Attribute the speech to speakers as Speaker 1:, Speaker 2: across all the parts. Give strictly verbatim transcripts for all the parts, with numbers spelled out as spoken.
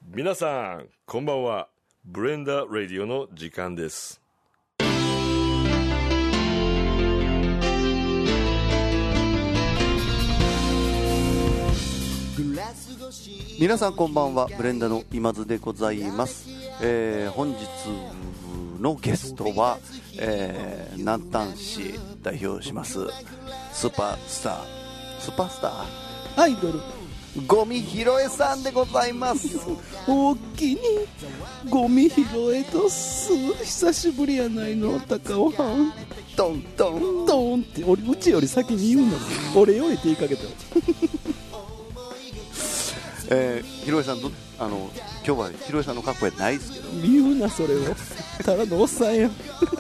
Speaker 1: 皆さんこんばんは。ブレンダーラディオの時間です。
Speaker 2: 皆さんこんばんは。ブレンダーの今津でございます。えー、本日のゲストは、えー、南丹市代表しますスーパースタースーパースター
Speaker 3: アイドル
Speaker 2: ゴミひろえさんでございます。
Speaker 3: おおきにゴミ拾えとす。久しぶりやないの高尾藩。
Speaker 2: トントン
Speaker 3: トンって俺うちより先に言うのに俺よりって言いかけた
Speaker 2: えー、ひろえさんどあの今日はひろえさんの格好やないですけど
Speaker 3: 言うなそれをただのおっさんや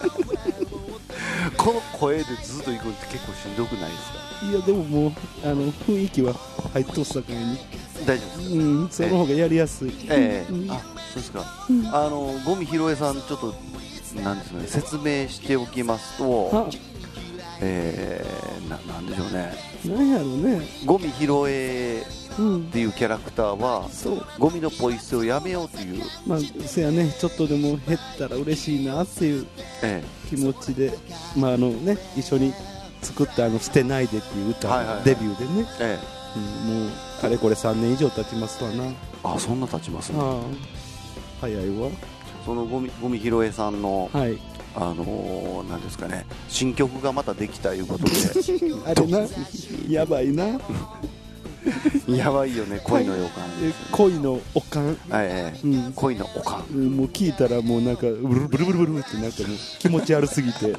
Speaker 2: この声でずっと行くのって結構しんどくないですか？
Speaker 3: いやでももうあの雰囲気は入っとったからに
Speaker 2: 大丈夫ですか？
Speaker 3: うんその方がやりやすい。
Speaker 2: ええー
Speaker 3: うん、
Speaker 2: あそうですか、
Speaker 3: うん、
Speaker 2: あのゴミひろえさんちょっとなんですかね、説明しておきますと、えー、な, なんでしょうね
Speaker 3: なんやろね
Speaker 2: ゴミひろえっていうキャラクターは、うん、
Speaker 3: そう
Speaker 2: ゴミのポイ捨てをやめようという、
Speaker 3: まあせやねちょっとでも減ったら嬉しいなっていう気持ちで、ええ、まああのね一緒に作ったあの捨てないでっていう歌、はいはいはい、デビューでね、ええ、うん、もうかれこれさんねん以上経ちますわな。
Speaker 2: あそんな経ちますね。
Speaker 3: あ早いわ。
Speaker 2: そのゴミゴミひろえさんの、
Speaker 3: はい、
Speaker 2: あのー、なんですかね新曲がまたできたいうことで
Speaker 3: あれなやばいな
Speaker 2: やばいよね恋の予感、
Speaker 3: はい、恋のおかん、
Speaker 2: はいはい、うん、恋のおかん、
Speaker 3: うん、もう聞いたらもうなんかブルブルブルブルってなんかもう気持ち悪すぎて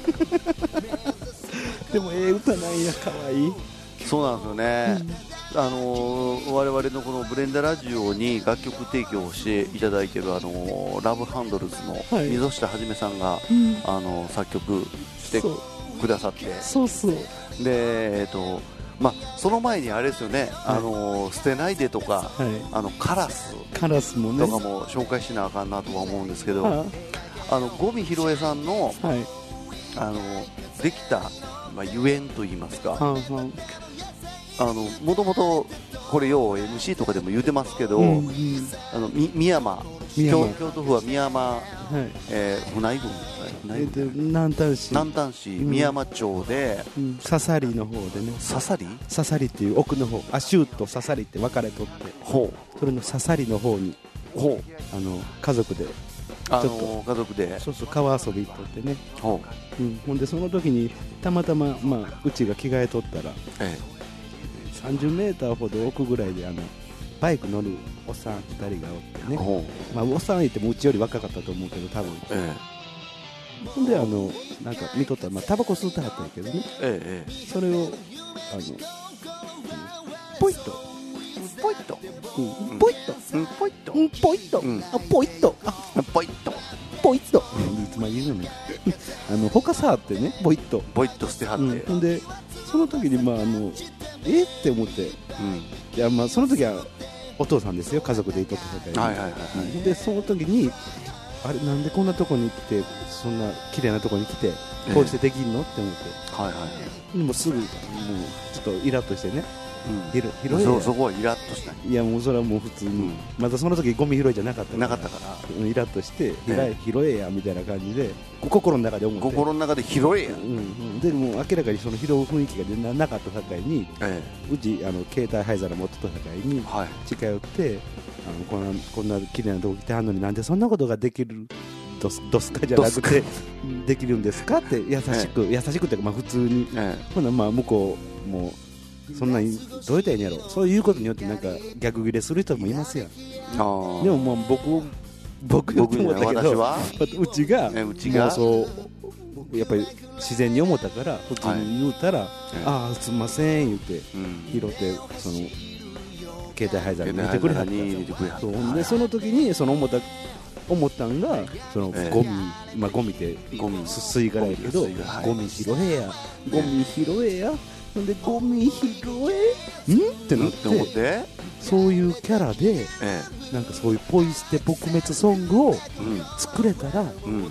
Speaker 3: でもええ歌なんやかわいい。
Speaker 2: そうなんですよね、うん、あのー、我々のこのブレンダラジオに楽曲提供をしていただいている、あのー、ラブハンドルズの溝下はじめさんが、はい、あのー、作曲してくださって、
Speaker 3: そうそう
Speaker 2: で、えーとまあ、その前にあれですよね、はい、あのー、捨てないでとか、はい、あのカラス
Speaker 3: カラスもね
Speaker 2: とかも紹介しなあかんなとは思うんですけど、はあ、あのゴミひろえさんの、はい、あのできた、まあ、ゆえんといいますか、はあはあ、あのもともとこれよう エムシー とかでも言うてますけど、うんうん、あのみ深山京, 京都府は深山、はいえー、船井郡
Speaker 3: えー、南丹市
Speaker 2: 南丹市深山町で、
Speaker 3: うん、ササリの方でね
Speaker 2: ササリ
Speaker 3: ササリっていう奥の方アシューとササリって分かれとってほうそれのササリの方にほうあの家族で
Speaker 2: あのー、家族で
Speaker 3: そうそう川遊び行っとってねほう、うん、ほんでその時にたまたま、まあ、うちが着替えとったら、ええさんじゅうメーターほど奥ぐらいであのバイク乗るおっさんふたりがおってね、まあ、おっさん言ってもうちより若かったと思うけど多分、ええ、ほんであのなんか見とったら、まあ、タバコ吸ってはったんやけどね、ええ、それをあのポイッと
Speaker 2: ポイッと、
Speaker 3: うん、ポイッと、うん、ポイッと、うん、ポイッと、うん、あポイッとあ
Speaker 2: ポイッと
Speaker 3: ポイッといつま言うのねあの他さあってねポイッと
Speaker 2: ポイッと捨てはって、うん、
Speaker 3: ほんでその時にまああのえって思って、うん、いやまあその時はお父さんですよ家族でいとった時は、はいはいはいはい、でその時にあれなんでこんなとこに来てそんな綺麗なとこに来てこうしてできるのって思って、はいはい、でもすぐもうちょっとイラッとしてね、
Speaker 2: うん、ひろ広いそ, そこはイラッとした。
Speaker 3: いやもうそれはもう普通に、うん、またその時ゴミ拾いじゃなかったから
Speaker 2: なかったから
Speaker 3: イラッとして拾え、拾えやみたいな感じで心の中で思って
Speaker 2: 心の中で拾えや、うん
Speaker 3: うん、でも明らかにその拾う雰囲気が な, なかった境に、ええ、うちあの携帯灰皿持ってた境に、はい、近寄ってあのこんなこんな綺麗なとこ来てはんのになんでそんなことができるドスドスカじゃなくてできるんですかって優しく、ええ、優しくっていうかまあ普通に、ええ、ほなまあ向こうもそんなにどう言ったらいいんやろそういうことによってなんか逆ギレする人もいますやん。あでもまあ僕僕言って思ったけど
Speaker 2: 私は
Speaker 3: うちが
Speaker 2: うちが
Speaker 3: そうやっぱり自然に思ったから普通に言うたら、はい、ああすんません言って、うん、拾ってその携帯灰皿に入れてくれはったそうでその時にその思った思ったんがそのゴミ、えー、まあゴミってゴミすすいからやけどゴミ拾えやゴミ拾えやでゴミ拾えんってなって思ってそういうキャラで、ええ、なんかそういうポイ捨て撲滅ソングを作れたら、うん、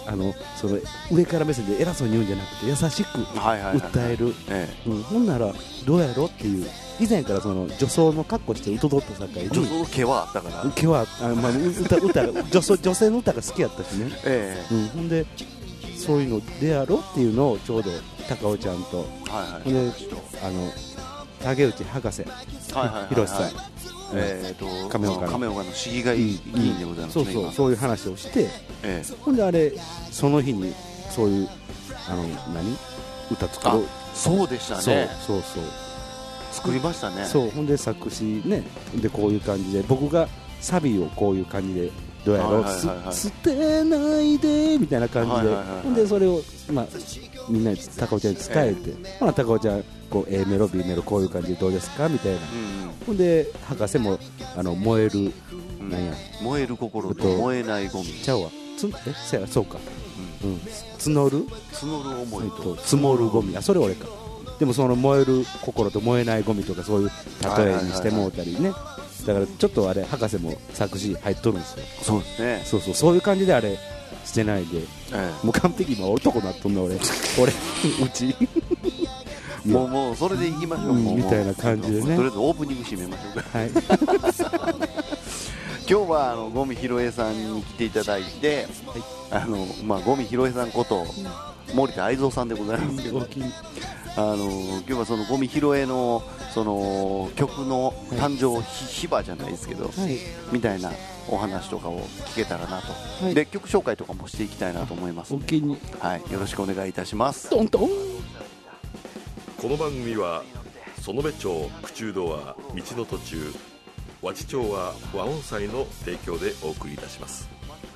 Speaker 3: あのその上から目線で偉そうに言うんじゃなくて優しく訴える、ほんならどうやろっていう、以前からその女装の格好して歌っとった境に、
Speaker 2: 女装の毛はあったから
Speaker 3: 毛はあ、まあ、歌歌が女装女性の歌が好きやったしね、ええうん、ほんでそういうのでやろっていうのをちょうど高尾ちゃんと、はいはい、ほんであの竹内博士博さん、
Speaker 2: えー、と亀岡 の, 亀岡の市議会議員でございますね、
Speaker 3: うん、そうそうそういう話をして、ええ、ほんであれその日にそういうあの何歌作ろう、
Speaker 2: そうでしたね、
Speaker 3: そうそうそう
Speaker 2: 作りましたね、
Speaker 3: そうほんで作詞ねでこういう感じで僕がサビをこういう感じでどうやろう、捨てないでみたいな感じで、はいはいはいはい、ほんでそれを、まあ、みんなに高尾ちゃんに伝えて、ええ、ほな高尾ちゃんこう A メロ B メロこういう感じでどうですかみたいな、うんうん、ほんで博士もあの燃える、
Speaker 2: うん、なんや燃える心と燃えないゴミ
Speaker 3: ちゃうわつえせやそうか、うんうん、募る
Speaker 2: 募る思いと
Speaker 3: 積もるゴミ、あそれ俺か、でもその燃える心と燃えないゴミとかそういう例えにしてもうたりね、はいはいはいはい、だからちょっとあれ博士も作詞入っとるんですよ、
Speaker 2: そうですね、
Speaker 3: そうそうそういう感じであれしてないで、ええ、もう完璧今男なっとんの俺俺うち
Speaker 2: もうもうそれでいきましょう、うん、もう
Speaker 3: みたいな感じでね、
Speaker 2: とりあえずオープニング締めましょうか、はい、今日はあのゴミひろえさんに来ていただいて、はい、あのまあ、ゴミひろえさんこと森田愛蔵さんでございますけど、あの今日はそのゴミひろえのその曲の誕生、はい、秘話じゃないですけど、はい、みたいなお話とかを聞けたらなと、はい、で曲紹介とかもしていきたいなと思いますので、はい、よろしくお願いいたします。
Speaker 3: トントン。
Speaker 1: この番組は園部町口中堂は道の途中、和知町は和音祭の提供でお送りいたします。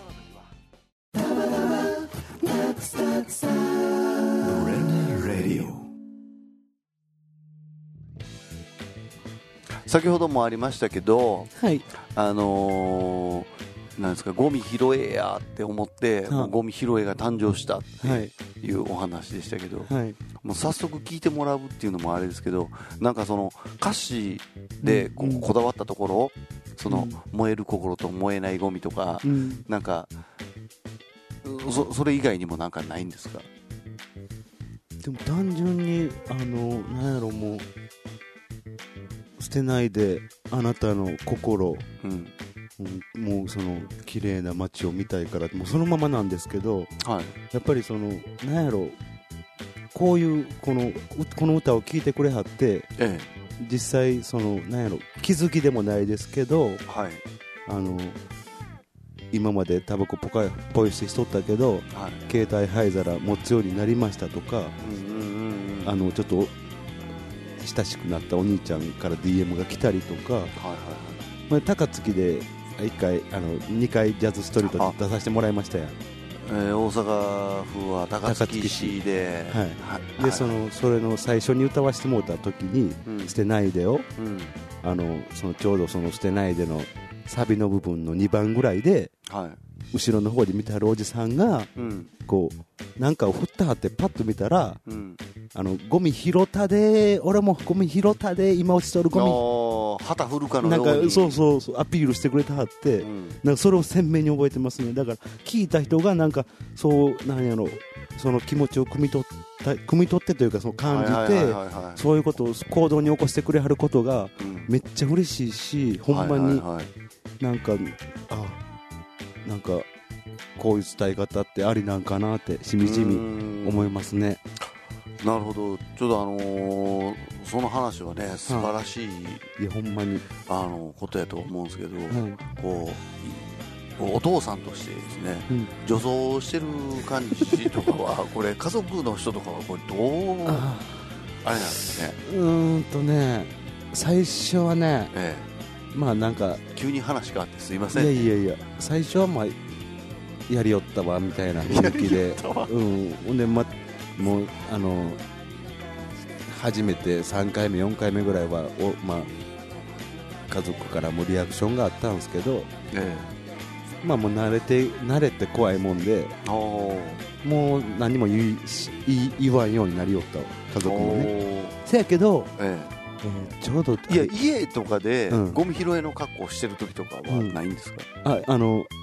Speaker 2: 先ほどもありましたけど、はい、あのー、なんですか、ゴミ拾えやって思って、もうゴミ拾えが誕生したっていうお話でしたけど、はい、もう早速聞いてもらうっていうのもあれですけど、なんかその歌詞でこうこだわったところ、うん、その燃える心と燃えないゴミとか、うん、なんか そ, それ以外にもなんかないんですか？
Speaker 3: でも単純にあのなんやろ、もう捨てないであなたの心、うんうん、もうその綺麗な街を見たいから、もうそのままなんですけど、はい、やっぱりそのなんやろ、こういうこのこの歌を聴いてくれはって、ええ、実際そのなんやろ、気づきでもないですけど、はい、あの今までタバコポカポイ捨てしとったけど、はい、携帯灰皿持つようになりましたとか、うんうんうん、あのちょっと親しくなったお兄ちゃんから ディーエム が来たりとか、はいはいはい、高槻でいっかいあのにかいジャズストリートに出させてもらいましたやん、
Speaker 2: えー、大阪府は高槻市で、
Speaker 3: はいはい、でそのそれの最初に歌わせてもらった時に、うん、捨てないでを、うん、あのそのちょうどその捨てないでのサビの部分のにばんぐらいで、はい、後ろの方で見てはるおじさんが、うん、こうなんかを振ってはってパッと見たら、うん、あのゴミ拾ったで、俺もゴミ拾ったで、今落ちとるゴ
Speaker 2: ミ旗振るかのように
Speaker 3: なんかそうそうそうアピールしてくれてはって、うん、なんかそれを鮮明に覚えてますね。だから聞いた人がなんかそうなんやろ、その気持ちを汲み取った汲み取ってというか、その感じてそういうことを行動に起こしてくれはることがめっちゃ嬉しいし、ほんまになんかあなんかこういう伝え方ってありなんかなってしみじみ思いますね。
Speaker 2: なるほど。ちょっとあのー、その話はね素晴らしい、
Speaker 3: いやほんまに
Speaker 2: あのことやと思うんですけど、はい、こうお父さんとしてですね、うん、女装してる感じとかはこれ家族の人とかはこれどう あ, あれなんですね。
Speaker 3: うーんとね最初はね、ええ、まあなんか
Speaker 2: 急に話があってすいません、ね、
Speaker 3: いやいやいや最初はまあやりよったわみたいな雰囲気で、うん、ほんでまもうあの初めてさんかいめよんかいめぐらいはお、まあ、家族からもリアクションがあったんですけど、ええ、まあもう慣れて慣れて怖いもんで、もう何も言い言わんようになりよった家族もね。せやけど、えええー、ちょうど
Speaker 2: いや家とかで、うん、ゴミ拾いの格好してる時とかはないんですか？
Speaker 3: うん、ああの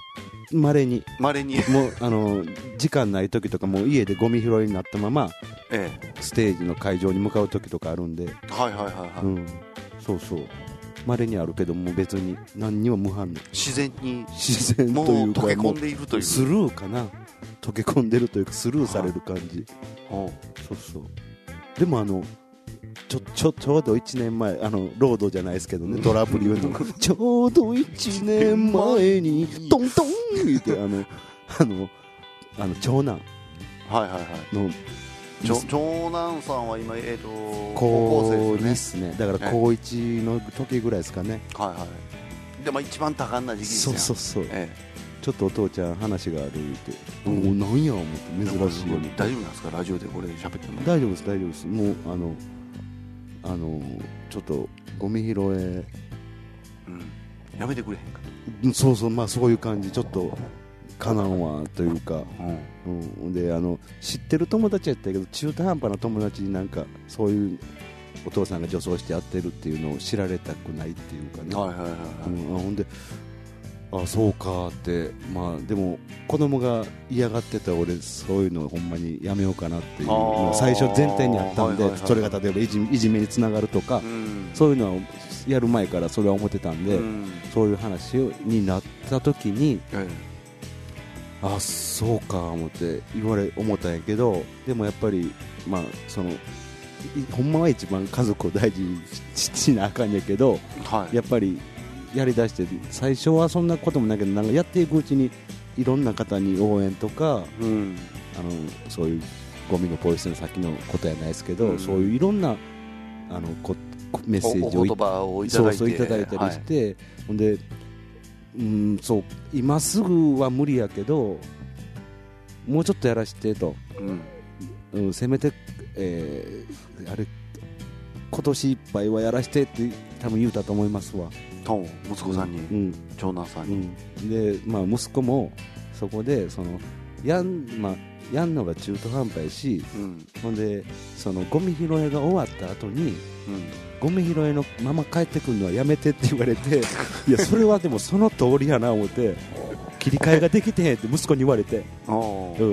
Speaker 3: まれに
Speaker 2: まれに
Speaker 3: もうあの時間ない時とかもう家でゴミ拾いになったまま、
Speaker 2: ええ、
Speaker 3: ステージの会場に向かう時とかあるんで、
Speaker 2: はいはいはいはい、うん、
Speaker 3: そうそうまれにあるけども別に何にも無反応、
Speaker 2: 自然に
Speaker 3: 自然というか
Speaker 2: もう溶け込んでいるという
Speaker 3: スルーかな、溶け込んでるというかスルーされる感じ、はい、そうそうでもあのちょちょちょうどいちねんまえあのロードじゃないですけどね、トラブル言うのちょうどいちねんまえにトントンってあのあのあの長男
Speaker 2: はいはいはいの長男さんは今、えー、と
Speaker 3: 高校生ですね、だから高いちの時ぐらいですかね、
Speaker 2: はいはいでも一番多感な時期ですよ。
Speaker 3: そうそうそう、ええ、ちょっとお父ちゃん話があるって、うん、もう何や思って珍しいよね。
Speaker 2: 大丈夫なんですかラジオでこれ喋っても。
Speaker 3: 大丈夫です大丈夫です。もうあのあのちょっとゴミ拾え、うん、
Speaker 2: やめてくれへんか。
Speaker 3: そうそうまあそういう感じちょっとかなんわというか、うんうん、であの知ってる友達やったけど中途半端な友達になんかそういうお父さんが女装してやってるっていうのを知られたくないっていうかね、はいはいはいはい、うん、あほんであそうかって、まあでも子供が嫌がってた俺そういうのをほんまにやめようかなっていうのが最初前提にあったんで、はいはいはい、それが例えばいじ、いじめにつながるとか、うん、そういうのはやる前からそれは思ってたんで、うん、そういう話になった時に、はい、あそうか思って言われ思ったんやけど、でもやっぱりまあそのほんまは一番家族を大事に し, しなあかんやけど、はい、やっぱりやりだして最初はそんなこともないけどなんかやっていくうちにいろんな方に応援とか、うん、あのそういうゴミのポイ捨ての先のことやないですけど、うん、そういういろんなあのこメッセージを
Speaker 2: お言葉をいただいて、
Speaker 3: そうそういただいたりして、はい、ほんでうんそう今すぐは無理やけどもうちょっとやらしてと、うんうん、せめて、えー、あれ今年いっぱいはやらしてって多分言うたと思いますわ。
Speaker 2: 息子さんに、うん、長男さんに、
Speaker 3: うん、で、まあ、息子もそこでそのやん、まあ、やんのが中途半端やし、うん、ほんでそのゴミ拾いが終わった後に、うん、ゴミ拾いのまま帰ってくるのはやめてって言われていやそれはでもその通りやな思って切り替えができてへんって息子に言われてうん、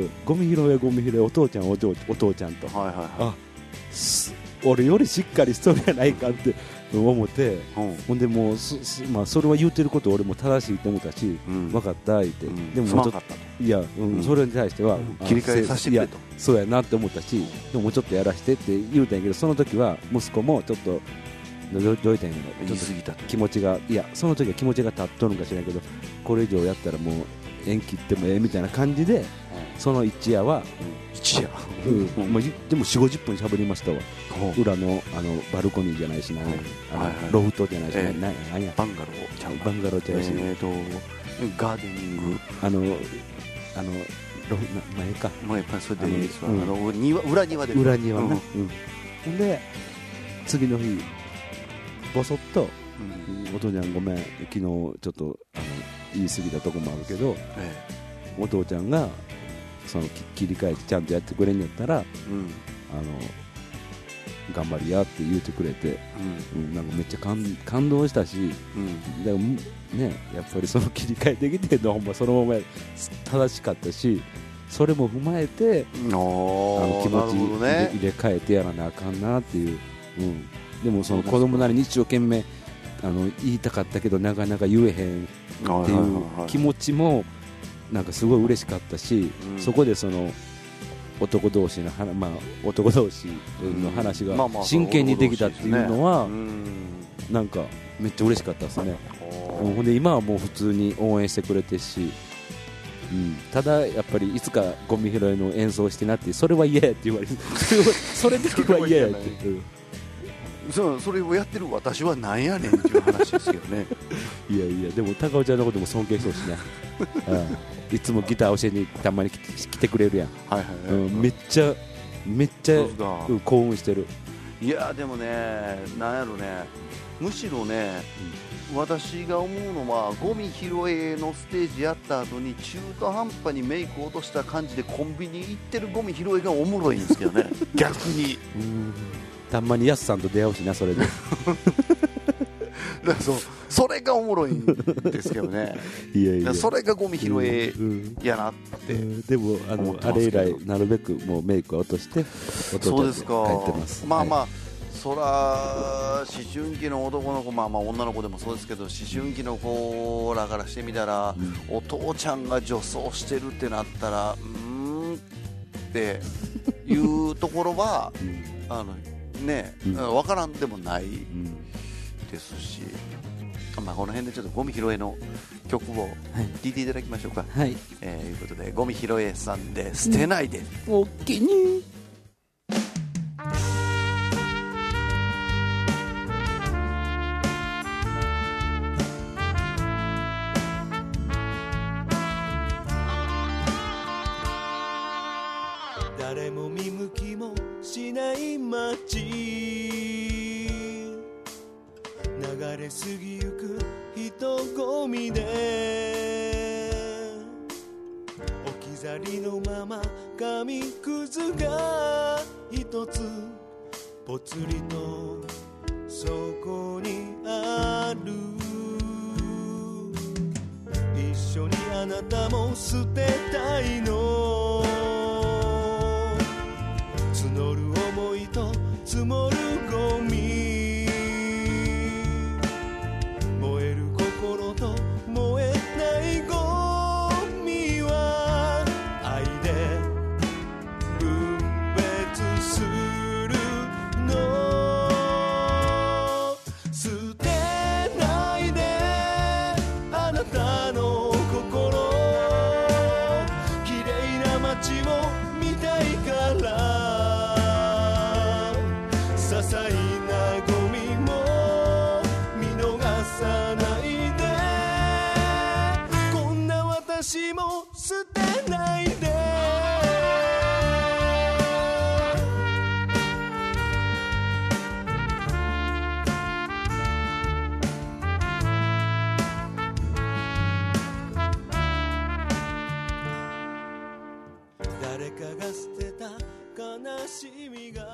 Speaker 3: ゴミ拾いはゴミ拾いお父ちゃんはお父ちゃんと、はいはいはい、あ俺よりしっかりしとるやないかって思って、うん、ほんでもう そ,、まあ、それは言ってること俺も正しいと思ったし、うん、分かった言って、うん、でももうちょっといや、うんうん、それに対しては、うん、
Speaker 2: 切り替えさせてくれと
Speaker 3: そうやなって思ったし、でももうちょっとやらしてって言うたんやけど、その時は息子もちょっとどう言うたんやけどちょっと気持ちがいやその時は気持ちが立っとるんかしらんけどこれ以上やったらもう縁切ってもええみたいな感じで、うん、その一夜は、
Speaker 2: うん、一夜、
Speaker 3: うんうん、もうでも よんじゅうごじゅっぷんしゃべりましたわ、うん、裏 の, あのバルコニーじゃないしな、うん、あのはいはい、ロフトじゃないし、えー、ななんや
Speaker 2: バンガローちゃう
Speaker 3: バンガローちゃうし、
Speaker 2: えー、とガーデニング
Speaker 3: あのあのロフ前か
Speaker 2: 前かそれでいいですわ、うん、あの庭裏庭で
Speaker 3: 裏庭な、うんうん、で次の日ボソッと、うん、お父ちゃんごめん昨日ちょっとあの言い過ぎたとこもあるけど、ええ、お父ちゃんがその切り替えてちゃんとやってくれんやったら、うん、あの頑張りやって言うてくれて、うんうん、なんかめっちゃ 感, 感動したし、うん、でもねやっぱりその切り替えできてるのはほんまそのまま正しかったし、それも踏まえてあの気持ち、ね、入れ替えてやらなあかんなっていう、うん、でもその子供なりに一生懸命あの言いたかったけどなかなか言えへんっていう気持ちもなんかすごい嬉しかったし、うん、そこでその男同士の、まあ、男同士の話が真剣にできたっていうのはなんかめっちゃ嬉しかったですね。ほんで今はもう普通に応援してくれてし、うん、ただやっぱりいつかゴミ拾いの演奏してなって、それは嫌やって言われてそれだけは嫌やって、
Speaker 2: そう、それをやってる私はなんやねんっていう話ですけどね
Speaker 3: いやいやでも高尾ちゃんのことも尊敬してほしいねうん、いつもギター教えにたまに来 て, 来てくれるやん、はいはいはい、うん、めっちゃめっちゃ、うん、興奮してる。
Speaker 2: いやでもねなんやろね、むしろね、うん、私が思うのはゴミ拾いのステージやった後に中途半端にメイク落とした感じでコンビニ行ってるゴミ拾いがおもろいんですけどね逆に
Speaker 3: うんたまにヤスさんと出会うしな、それで
Speaker 2: だからそうそれがおもろいんですけどね
Speaker 3: いやいや
Speaker 2: それがゴミ拾えやなって、うんうん、でも あのあれ以来なるべくもうメイクは落として
Speaker 3: そう
Speaker 2: ですか帰ってます。まあまあ、はい、そら思春期の男の子、まあまあ女の子でもそうですけど思春期の子らからしてみたら、うん、お父ちゃんが女装してるってなったらうーんっていうところは、うん、あのね、うん、分からんでもないですし、うん、まあ、この辺でちょっとゴミ拾えの曲を聴いていただきましょうか。
Speaker 3: はい、
Speaker 2: えー、いうことでゴミ拾えさんで捨てないで、
Speaker 3: うん、おっきに
Speaker 4: 誰も見向きもしない街、流れ過ぎゆく人混みで置き去りのまま紙くずが一つぽつりとそこにある。一緒にあなたも捨てたいの、募る思いと積もるゴミ、燃える心と燃えないゴミは愛で分別するの。捨てないであなたの心、綺麗な街を見たいから些細なゴミも見逃さないで、こんな私も捨てないで。誰かが捨てた悲しみが。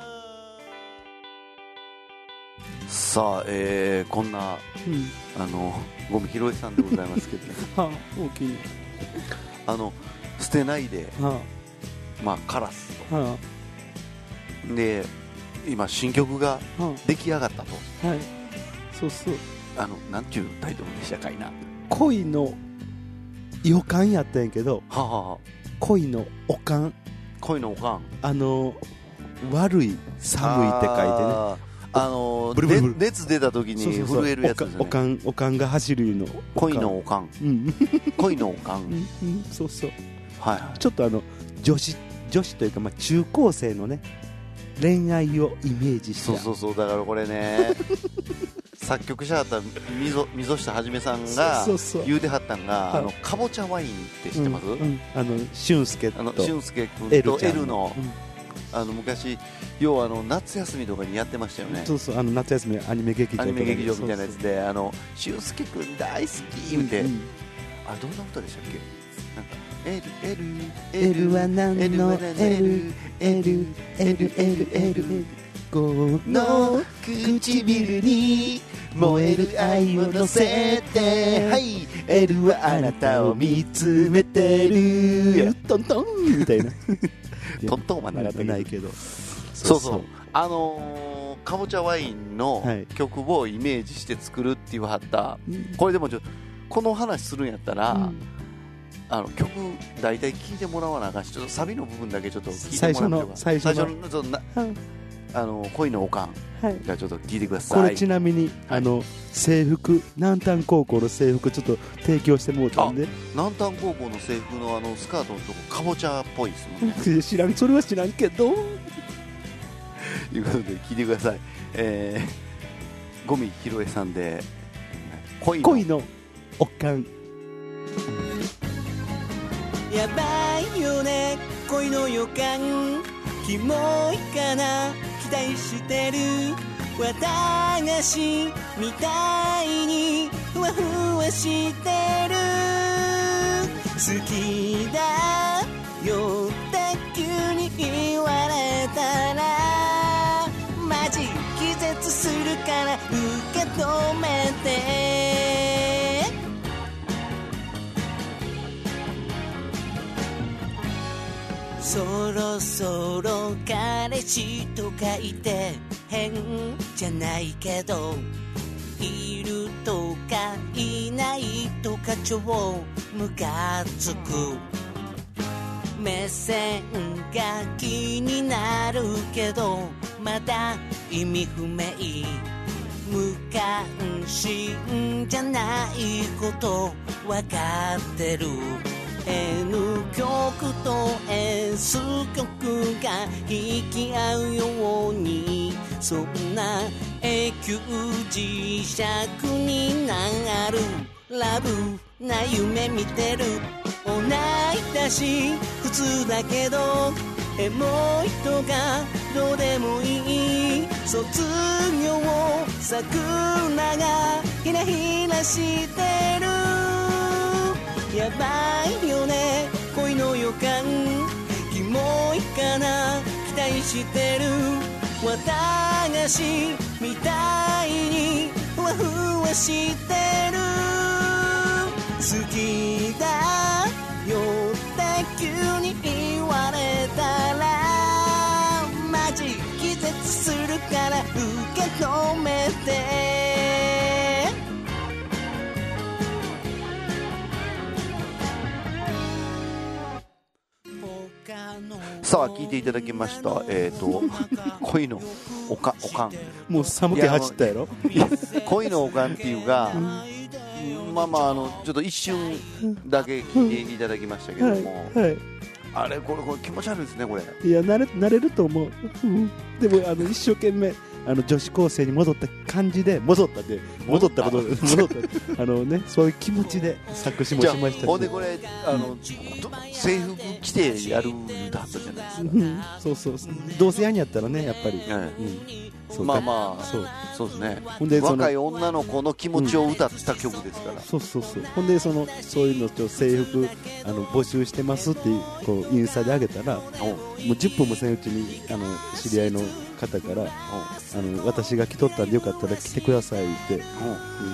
Speaker 2: さあ、えー、こんな、うん、あのゴミ拾いさんでございますけど、ね、
Speaker 3: はあ、大きい
Speaker 2: あの捨てないで、はあ、まあカラスと、はあ、で今新曲が出来上がったと、
Speaker 3: はあ、はい、そうそう、
Speaker 2: あのなんていうタイトルでしたかいな、
Speaker 3: 恋の予感やったんやけど、
Speaker 2: はあはあ、
Speaker 3: 恋のおかん、
Speaker 2: 恋のおかん、
Speaker 3: あの悪い寒いって書いてね、
Speaker 2: あのブルブルブル熱出た時に震えるやつですね。
Speaker 3: おかん、おかんが走るの
Speaker 2: 恋のおかん、うん、恋のおかん、うん
Speaker 3: うん、そうそう、
Speaker 2: はいはい、
Speaker 3: ちょっとあの女子女子というか、まあ、中高生のね恋愛をイメージした。
Speaker 2: そうそうそう、だからこれね作曲者だった溝溝下はじめさんが言うてはったんが、あのかぼちゃワインって知ってます？うんうん、
Speaker 3: あの俊介と
Speaker 2: 俊介君と L の、うん、あの昔要はあの夏休みとかにやってましたよね。
Speaker 3: そうそう、あの夏休みアニメ劇場
Speaker 2: アニメ劇場みたいなやつで、あの俊介君大好き言うて、うんうん、あれどんな歌でしたっけ？なんか L L
Speaker 3: L は何の L L L L L L この唇に燃える愛を乗せて、はい、L はあなたを見つめてるトントンみたいな
Speaker 2: トントンはなかった
Speaker 3: ないけど、
Speaker 2: そうそう、あのー、かぼちゃワインの曲をイメージして作るって言わはった、はい、これでもちょこの話するんやったら、うん、あの曲大体聴いてもらわなあかんし、ちょっとサビの部分だけちょっと聴いてもらって
Speaker 3: 最初の最初の
Speaker 2: ちょっとな、うん、あの恋のおかん、はい、じゃあちょっと聞いてください。
Speaker 3: これちなみに、はい、あの制服南丹高校の制服ちょっと提供してもうたんで、
Speaker 2: 南丹高校の制服のあのスカートのとこかぼちゃっぽいですもんね
Speaker 3: 知らん、それは知らんけど
Speaker 2: ということで聞いてください、えー、ゴミひろえさんで恋の
Speaker 3: 恋のおかん。
Speaker 4: やばいよね恋の予感、キモいかな期待してる、綿菓子みたいにふわふわしてる、好きだよって急に言われたらマジ気絶するから受け止めてそろそろ彼氏とかいて変じゃないけど、いるとかいないとか超ムカつく。目線が気になるけどまだ意味不明。無関心じゃないことわかってる。 N 曲と S 曲が引き合うように、そんな永久磁石になる。ラブな夢見てる。同い年普通だけどエモいとかどうでもいい。卒業桜がひらひらしてる。やばいよね恋の予感、キモいかな期待してる。綿菓子みたいにふわふわしてる。好きだよって急に言われたらマジ気絶するから受け止めて。
Speaker 2: さあ聞いていただきました。えっ、ー、と恋のおかおかん、
Speaker 3: もう寒気走ったやろ。
Speaker 2: 恋のおかんっていうか、うん、まあまああのちょっと一瞬だけ聞いていただきましたけども、はいはい、あれこれこれ気持ち悪いですねこれ。
Speaker 3: いや慣れ慣れると思う、うん、でもあの一生懸命あの女子高生に戻った感じで戻ったで戻ったこと戻ったあのねそういう気持ちで作詞もしましたし。
Speaker 2: ほんでこれあの制服着てやるんだったじゃないですか、うん、
Speaker 3: そうそうどうせ嫌にやったらねやっぱり、はい
Speaker 2: うん、そうまあまあそうそうですね。ほんで若い女の子の気持ちを歌った曲ですから、うん、
Speaker 3: そうそうそうほんでそのそういうのちょ制服あの募集してますってこうインスタで上げたらもうじゅっぷんもせんうちにあの知り合いの方からあの私が着とったんでよかったら着てくださいって、うん、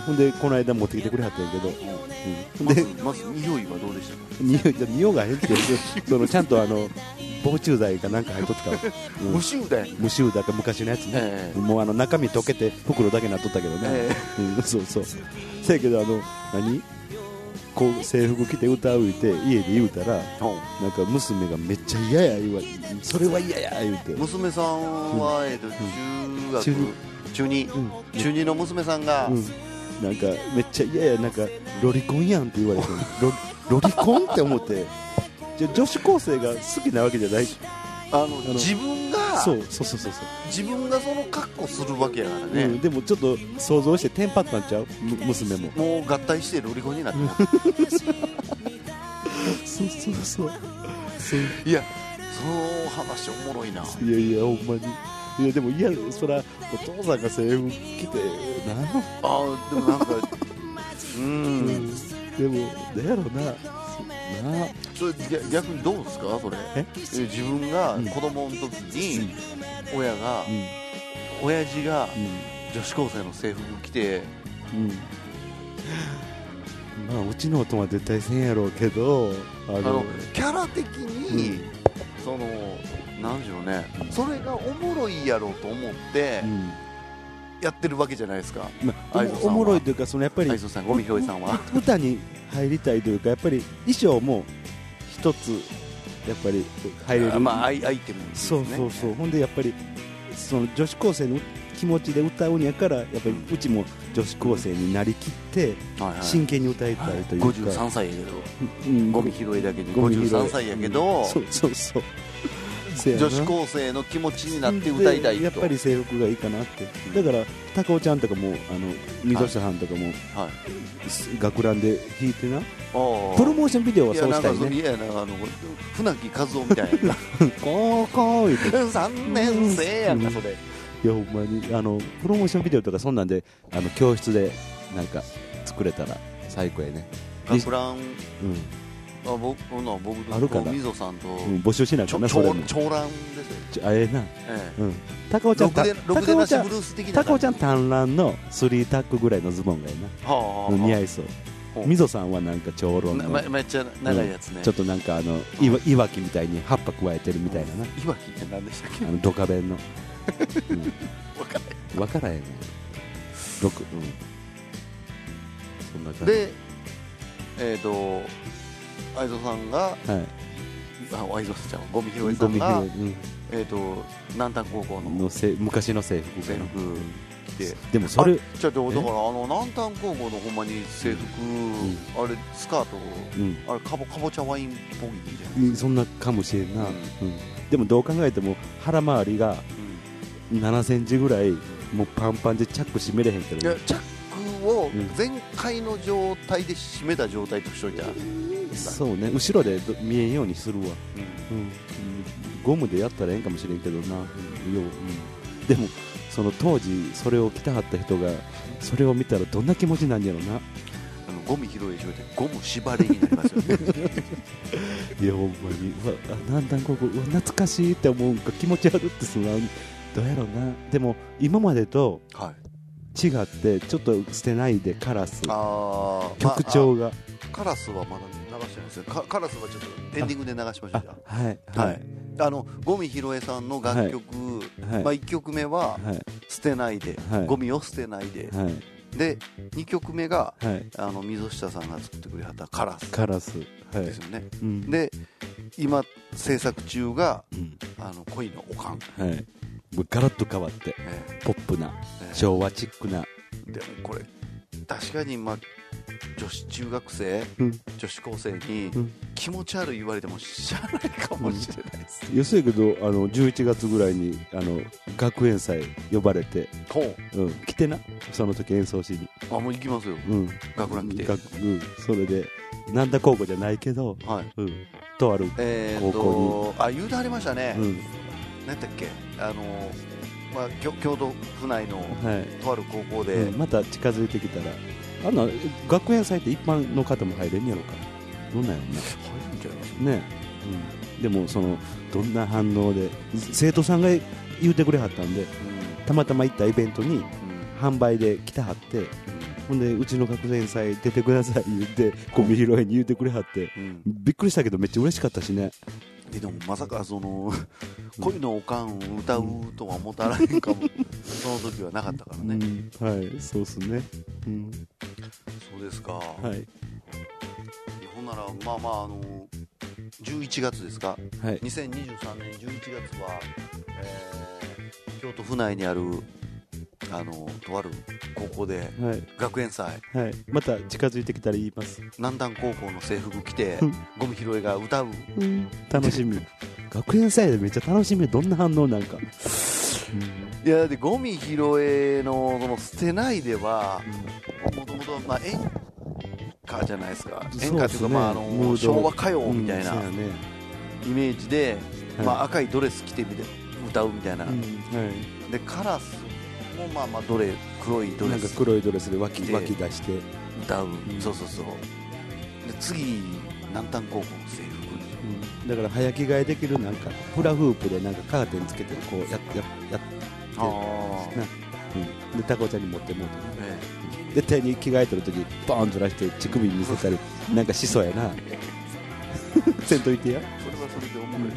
Speaker 3: ほんでこの間持ってきてくれはったんやけど、
Speaker 2: うん、でまず匂いはどうでしたか。
Speaker 3: 匂い匂いが変ってそのちゃんとあの防虫剤かなんか入っとったから、
Speaker 2: うん、無臭剤
Speaker 3: 無臭剤か昔のやつね、えー、もうあの中身溶けて袋だけなっとったけどね、えーうん、そうそうせやけどあの何こう制服着て歌うて家で言うたらなんか娘がめっちゃ嫌や言わそれは嫌や言うて。
Speaker 2: 娘さんは、うんえー、と中学、うん、中二、うん、中二の娘さんが、うん、
Speaker 3: なんかめっちゃ嫌やなんかロリコンやんって言われてロ, ロリコンって思ってじゃ女子高生が好きなわけじゃない。
Speaker 2: あのあの自分が
Speaker 3: そうそうそうそう
Speaker 2: 自分がその格好するわけやからね、
Speaker 3: うん、でもちょっと想像してテンパったんちゃう娘も
Speaker 2: もう合体してロリコンになって
Speaker 3: そうそうそう
Speaker 2: そういやその話おもろいな。
Speaker 3: いやいやほんまにいやでもいやそらお父さんが制服着てな
Speaker 2: あでもなんかうん、うん、
Speaker 3: でもだやろなな
Speaker 2: それ逆にどうですかそれえ自分が子供の時に親が、うん、親父が女子高生の制服着て、うん
Speaker 3: まあ、うちの夫は絶対せんやろうけど
Speaker 2: あのあのキャラ的に、うん、そのなんでしょうね、うん、それがおもろいやろうと思って、うんやってるわけじゃないですか、ま
Speaker 3: あ、おもろいというかそのやっぱり
Speaker 2: 愛想さんゴミひょいさんは
Speaker 3: 歌に入りたいというかやっぱり衣装も一つやっぱり入れる
Speaker 2: まあアイテムですね。
Speaker 3: そうそうそうほんでやっぱりその女子高生の気持ちで歌うんやからやっぱりうちも女子高生になりきって真剣に歌いたいというか、
Speaker 2: ごじゅうさんさいやけど、うん、ゴミ拾いだけでごじゅうさんさいやけど、
Speaker 3: うん、そうそうそう
Speaker 2: 女子高生の気持ちになって歌いたいと
Speaker 3: やっぱり制服がいいかなって、うん、だから高尾ちゃんとかもあの溝下さんとかも、はい、学ランで弾いてなプロモーションビデオはそうしたいね。
Speaker 2: いやなんかいやなんかあの船木和夫みたいな
Speaker 3: 高校言って
Speaker 2: さんねん生やんかそれ、
Speaker 3: いやほんまにあのプロモーションビデオとかそんなんであの教室でなんか作れたら最高やね。
Speaker 2: 学ラン、うんあ僕の僕と溝さんと、
Speaker 3: うん、募集しないかなそれも
Speaker 2: 長蘭ですよ。
Speaker 3: あええな、ええうん、高尾ちゃん高尾ちゃん高尾ちゃん短蘭のスリータックぐらいのズボンがいいな、はあはあ、似合いそう。 みぞさんはなんか長老の
Speaker 2: め, めっちゃ長いやつね、
Speaker 3: うん、ちょっとなんかあのいわいわきみたいに葉っぱ加えてるみたいなな。
Speaker 2: いわきって何でしたっけ？
Speaker 3: あのドカベンの、
Speaker 2: うん、分からへん
Speaker 3: 分からへんねろく、うん、そんな感じ
Speaker 2: でえっ、ー、と愛蔵さんが、はい、あ愛蔵さんちゃんゴミ拾いさんが、うん、えっ、ー、と南丹高校 の,
Speaker 3: のせ昔の制服
Speaker 2: 制服着て、
Speaker 3: でもそれ
Speaker 2: じゃあだからあの南丹高校のほんまに制服、うん、あれスカート、うん、あれか ぼ, かぼちゃワインっぽいじゃないですか。
Speaker 3: そんなかもしれんな、うんうん、でもどう考えても腹回りがななセンチぐらいもうパンパンでチャック閉めれへんけど、ね、
Speaker 2: いやチャックを全開の状態で閉めた状態としといたら、うん、
Speaker 3: そうね後ろで見えんようにするわ、うんうんうん、ゴムでやったらええんかもしれんけどな、うんようん、でもその当時それを着たはった人がそれを見たらどんな気持ちなんやろな。
Speaker 2: あのゴミ拾い場でゴム縛りになりますよね
Speaker 3: いやほんまにうわなんだんここ懐かしいって思うんか気持ち悪ってすなどうやろうな。でも今までと違ってちょっと捨てないでカラス、あ曲調が、ま
Speaker 2: あ、カラスはまだ流してないですよ。カラスはちょっとエンディングで流しましょう。
Speaker 3: はい、
Speaker 2: はい、あのゴミひろえさんの楽曲、はいまあ、いっきょくめは、はい、捨てないで、はい、ゴミを捨てないで、はい、でにきょくめが、はい、あの溝下さんが作ってくれはったカラス
Speaker 3: カラス
Speaker 2: ですよね、うん、で今制作中が、うん、あの恋のおかん、
Speaker 3: はい、ガラッと変わって、えー、ポップな、えー、昭和チックな。
Speaker 2: でもこれ確かに、まあ、女子中学生、うん、女子高生に、うん、気持ち悪い言われてもしゃあないかもしれないです、
Speaker 3: うん、よそやけどあのじゅういちがつぐらいにあの学園祭呼ばれて、うん、来てなその時演奏しに。
Speaker 2: あもう行きますよ、うん、学ラン来て、うん、
Speaker 3: それでなんだ高校じゃないけど、はいうん、とある高校に、えー、と
Speaker 2: あ言うてありましたね、うん、何だっけあのまあ、京都府内のとある高校で、はいうん、
Speaker 3: また近づいてきたらあの学園祭って一般の方も入れんやろかどんなんやろね
Speaker 2: 入るんじゃないですか
Speaker 3: ね、うん、でもそのどんな反応で生徒さんが言うてくれはったんで、うん、たまたま行ったイベントに、うん、販売で来たはって、うん、ほんでうちの学園祭出てください言ってゴミ拾いに言うてくれはって、うん、びっくりしたけどめっちゃ嬉しかったしね。
Speaker 2: でもまさかその恋のおかんを歌うとは思ったらへんかもその時はなかったからね、
Speaker 3: うん、はいそうっすね、うん、
Speaker 2: そうですか、
Speaker 3: はい、
Speaker 2: ほんならまあまああのじゅういちがつですか、はい、にせんにじゅうさんねんじゅういちがつは、えー、京都府内にあるあのとある高校で学園祭、
Speaker 3: はいはい、また近づいてきたら言います。
Speaker 2: 南丹高校の制服着てゴミ拾いが歌う、
Speaker 3: うん、楽しみ学園祭でめっちゃ楽しみ。どんな反応なんか、う
Speaker 2: ん、いやでゴミ拾い の, その捨てないではもともと演歌じゃないですか。演歌っていうか、まあ、あの昭和歌謡みたいな、うんね、イメージで、はいまあ、赤いドレス着てみて歌うみたいな、うんはい、でカラスもまあまあどれ黒いドレス
Speaker 3: なんか黒いドレスで脇脇出して
Speaker 2: 歌う、うん、そうそうそうで次南丹高校の制服、
Speaker 3: うん、だから早着替えできるなんかフラフープでなんかカーテンつけてこうやってややってあ、うん、でタコちゃんに持ってもうて、ええ、絶対に着替えてるときバーンずらして乳首見せたりなんかしそうやなせんといてや
Speaker 2: それはそれで思う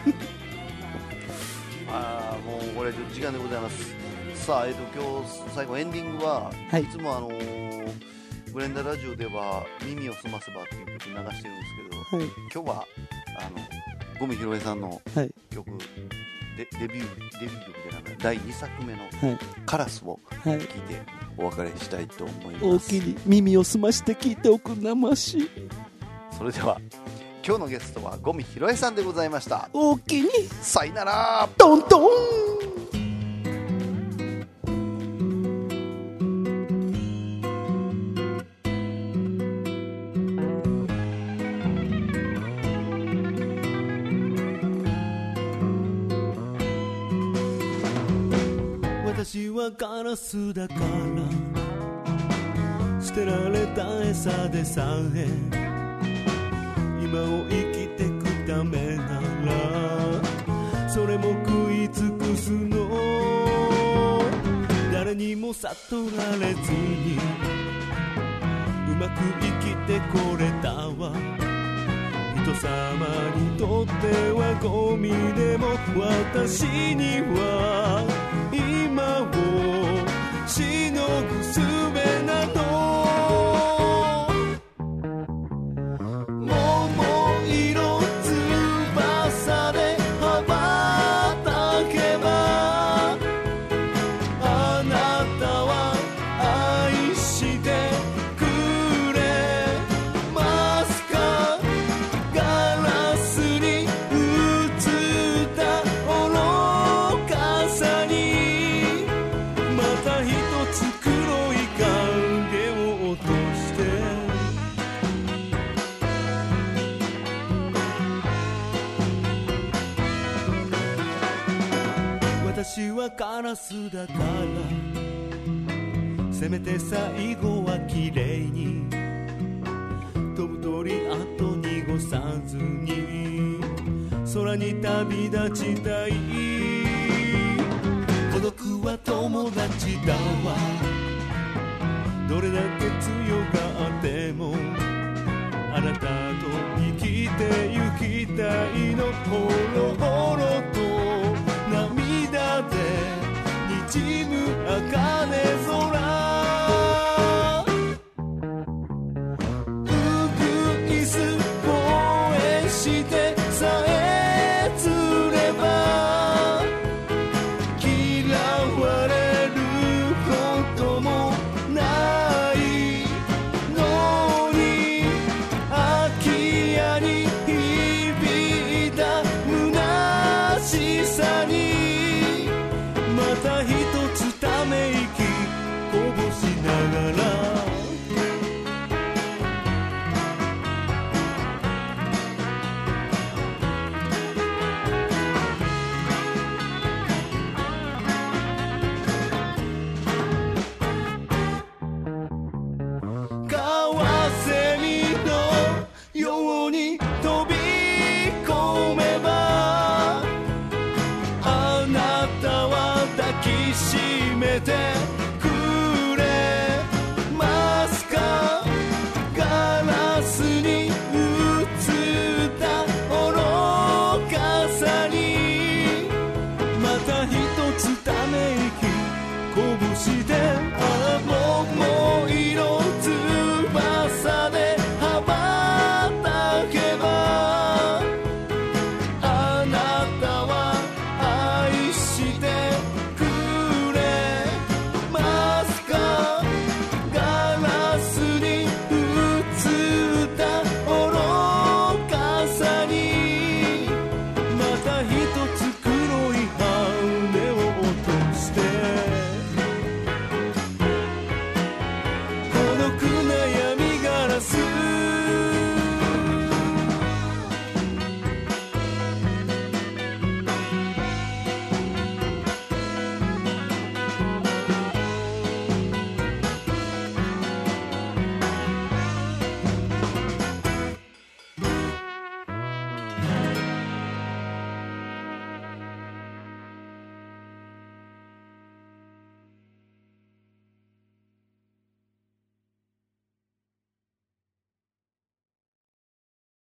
Speaker 2: ああもうこれ時間でございます。さあ、えー、と今日最後エンディングは、はい、いつもあのー、ブレンダーラジオでは耳をすませばっていう曲流してるんですけど、はい、今日はあのゴミひろえさんの曲、はい、デ, デビューデビュー曲でなくだいにさくめのカラスを聴いてお別れしたいと思います。
Speaker 3: 大きに耳を澄まして聴いておくなまし。
Speaker 2: それでは今日のゲストはゴミひろえさんでございました。
Speaker 3: 大きに
Speaker 2: さよなら
Speaker 3: トントン。
Speaker 4: 私はカラスだから捨てられた餌でさえ今を生きてくためならそれも食い尽くすの。誰にも悟られずに生まく生きてこれたわ。人様にとってはゴミでも私には今をしのぐ術など。桃色翼で羽ばたけばあなたは愛してくれますか。ガラスに映った愚かさにまた一つ黒い影を落として私はカラスだからせめて最後は綺麗に飛ぶ鳥跡濁さずに空に旅立ちたい。孤独は友達だわ。どれだけ強がってもあなたと生きてゆきたいの。ほろ